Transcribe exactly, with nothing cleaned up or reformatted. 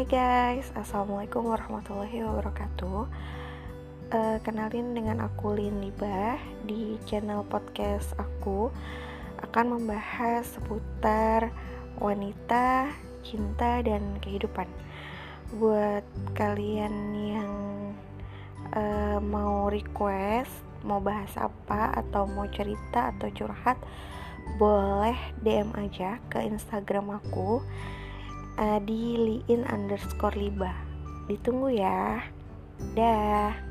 guys, Assalamualaikum warahmatullahi wabarakatuh. uh, Kenalin dengan aku Lin Libah. Di channel podcast aku akan membahas seputar wanita, cinta, dan kehidupan. Buat kalian yang uh, mau request, mau bahas apa, atau mau cerita atau curhat, boleh D M aja ke Instagram aku uh, di liin underscore libah. Ditunggu ya. Dah.